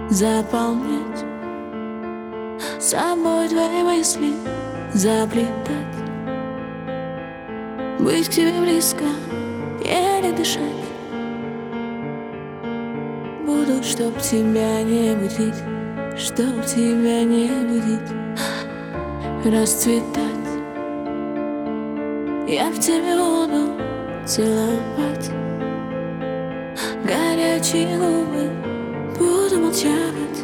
заполнять собой твои мысли, заплетать, быть к тебе близко, еле дышать. Буду, чтоб тебя не будить, чтоб тебя не будить, расцветать. Я в тебе буду целовать горячие губы, буду молчать.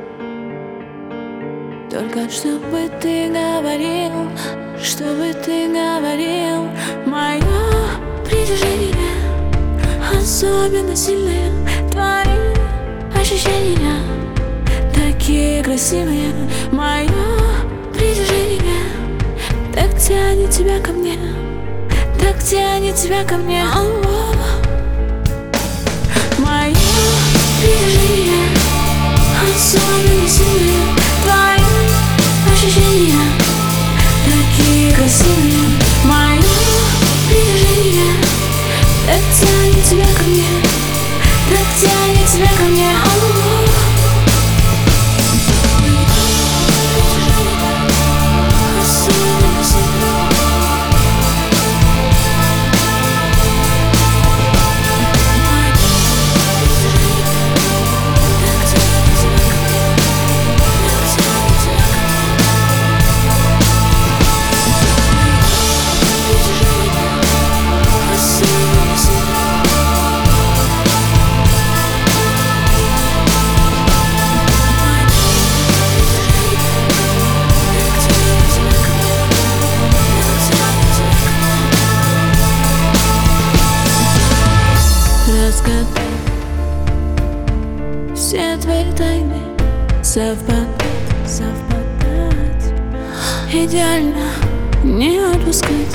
Только чтобы ты говорил, чтобы ты говорил. Мое притяжение особенно сильное, твои ощущения такие красивые. Мое притяжение так тянет тебя ко мне, так тянет тебя ко мне. Мое притяжение особенно сильное, твои ощущения такие красивые. Мое притяжение так тянет тебя ко мне, так тянет тебя ко мне. Все твои тайны совпадать, идеально не отпускать,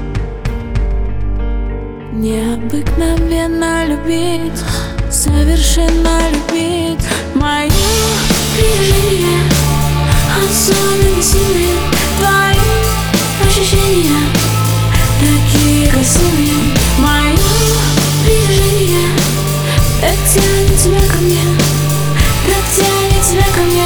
необыкновенно любить, совершенно любить. Мое притяжение особенно сильное, твои ощущения такие красивые. Мое притяжение так тянет тебя ко мне, так тянет тебя ко мне.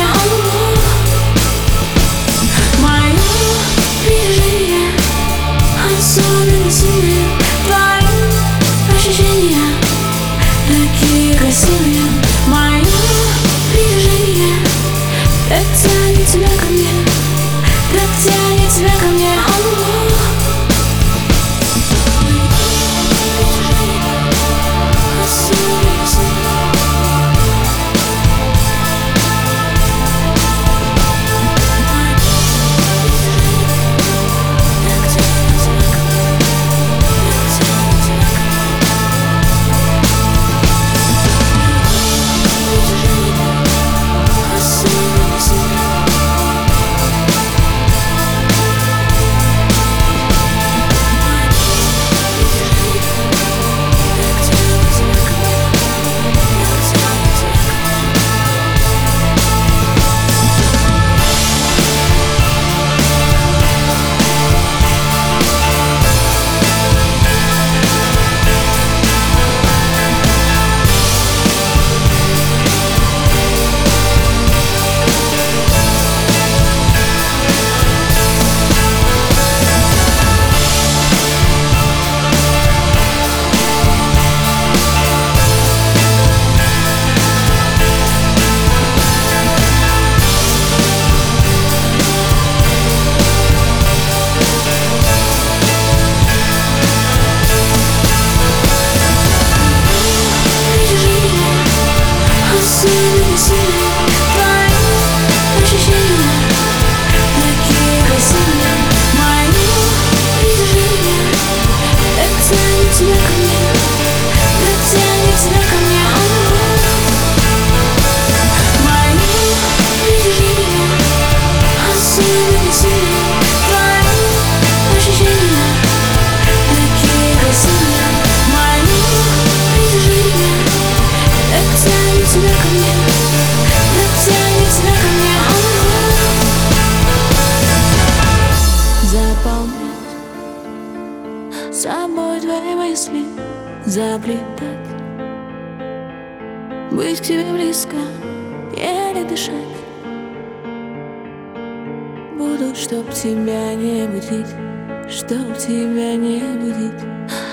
Мое притяжение особенно сильное, твои ощущения такие красивые. Мое притяжение так тянет тебя ко мне, так тянет тебя ко мне. собой твои мысли заплетать, быть к тебе близко. дышать. Буду, чтоб тебя не будить, чтоб тебя не будить.